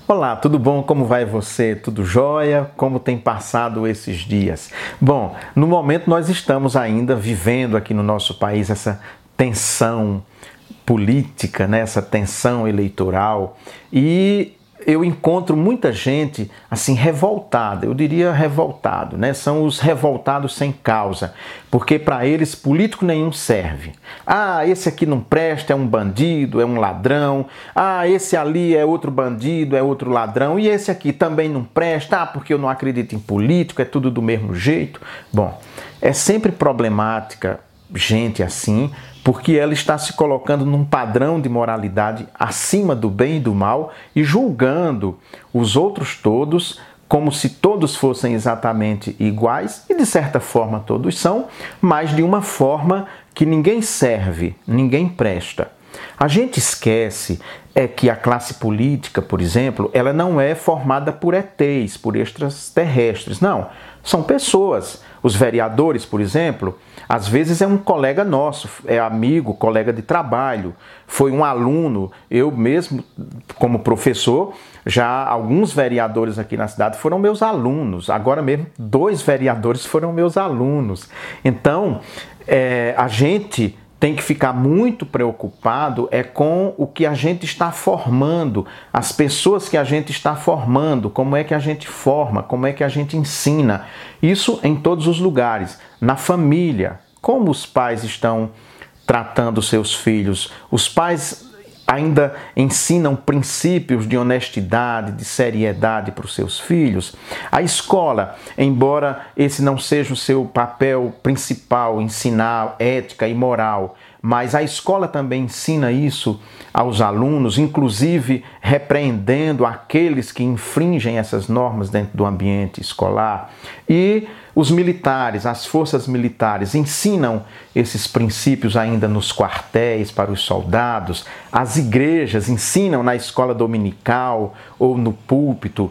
Olá, tudo bom? Como vai você? Tudo jóia? Como tem passado esses dias? Bom, no momento nós estamos ainda vivendo aqui no nosso país essa tensão política, né? Essa tensão eleitoral, e eu encontro muita gente assim revoltada, eu diria revoltado, né? São os revoltados sem causa, porque para eles político nenhum serve. Ah, esse aqui não presta, é um bandido, é um ladrão. Ah, esse ali é outro bandido, é outro ladrão. E esse aqui também não presta, porque eu não acredito em político, é tudo do mesmo jeito. Bom, é sempre problemática gente assim, porque ela está se colocando num padrão de moralidade acima do bem e do mal e julgando os outros todos como se todos fossem exatamente iguais, e de certa forma todos são, mas de uma forma que ninguém serve, ninguém presta. A gente esquece que a classe política, por exemplo, ela não é formada por ETs, por extraterrestres, não. São pessoas. Os vereadores, por exemplo, às vezes é um colega nosso, é amigo, colega de trabalho, foi um aluno. Eu mesmo, como professor, já alguns vereadores aqui na cidade foram meus alunos. Agora mesmo, 2 vereadores foram meus alunos. Então, a gente tem que ficar muito preocupado com o que a gente está formando, as pessoas que a gente está formando, como é que a gente forma, como é que a gente ensina. Isso em todos os lugares. Na família, como os pais estão tratando seus filhos. Os pais ainda ensinam princípios de honestidade, de seriedade para os seus filhos. A escola, embora esse não seja o seu papel principal, ensinar ética e moral, mas a escola também ensina isso aos alunos, inclusive repreendendo aqueles que infringem essas normas dentro do ambiente escolar. E os militares, as forças militares ensinam esses princípios ainda nos quartéis para os soldados. As igrejas ensinam na escola dominical ou no púlpito,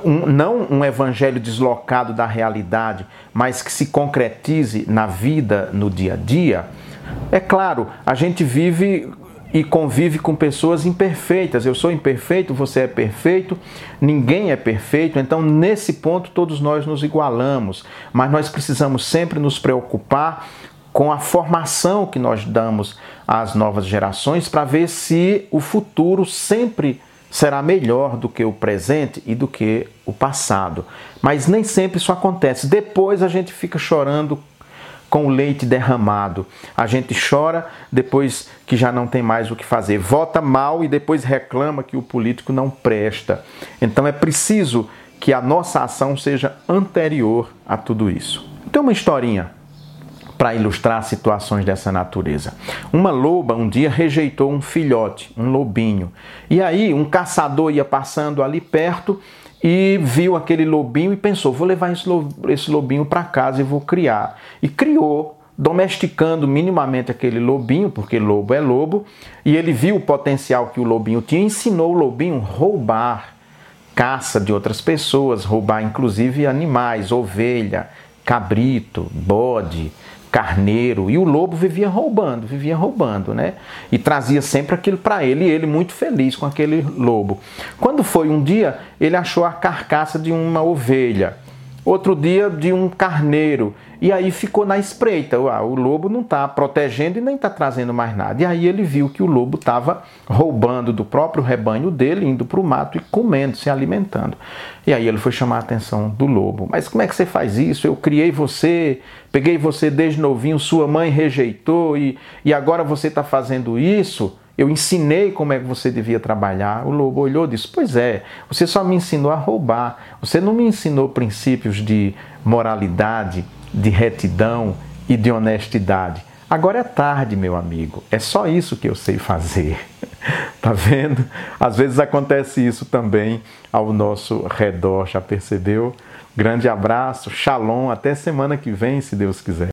não um evangelho deslocado da realidade, mas que se concretize na vida, no dia a dia. É claro, a gente vive e convive com pessoas imperfeitas. Eu sou imperfeito, você é perfeito, ninguém é perfeito, então nesse ponto todos nós nos igualamos, mas nós precisamos sempre nos preocupar com a formação que nós damos às novas gerações para ver se o futuro sempre será melhor do que o presente e do que o passado. Mas nem sempre isso acontece. Depois a gente fica chorando com o leite derramado. A gente chora depois que já não tem mais o que fazer. Vota mal e depois reclama que o político não presta. Então é preciso que a nossa ação seja anterior a tudo isso. Tem uma historinha para ilustrar situações dessa natureza. Uma loba um dia rejeitou um filhote, um lobinho. E aí um caçador ia passando ali perto e viu aquele lobinho e pensou, vou levar esse lobinho para casa e vou criar. E criou, domesticando minimamente aquele lobinho, porque lobo é lobo, e ele viu o potencial que o lobinho tinha e ensinou o lobinho a roubar caça de outras pessoas, roubar inclusive animais, ovelha, cabrito, bode, carneiro, e o lobo vivia roubando, né? E trazia sempre aquilo para ele, e ele muito feliz com aquele lobo. Quando foi um dia, ele achou a carcaça de uma ovelha, outro dia de um carneiro, e aí ficou na espreita. O lobo não está protegendo e nem está trazendo mais nada. E aí ele viu que o lobo estava roubando do próprio rebanho dele, indo para o mato e comendo, se alimentando. E aí ele foi chamar a atenção do lobo. Mas como é que você faz isso? Eu criei você, peguei você desde novinho, sua mãe rejeitou e agora você está fazendo isso? Eu ensinei como é que você devia trabalhar. O lobo olhou e disse, pois é, você só me ensinou a roubar. Você não me ensinou princípios de moralidade, de retidão e de honestidade. Agora é tarde, meu amigo. É só isso que eu sei fazer. Tá vendo? Às vezes acontece isso também ao nosso redor, já percebeu? Grande abraço, shalom, até semana que vem, se Deus quiser.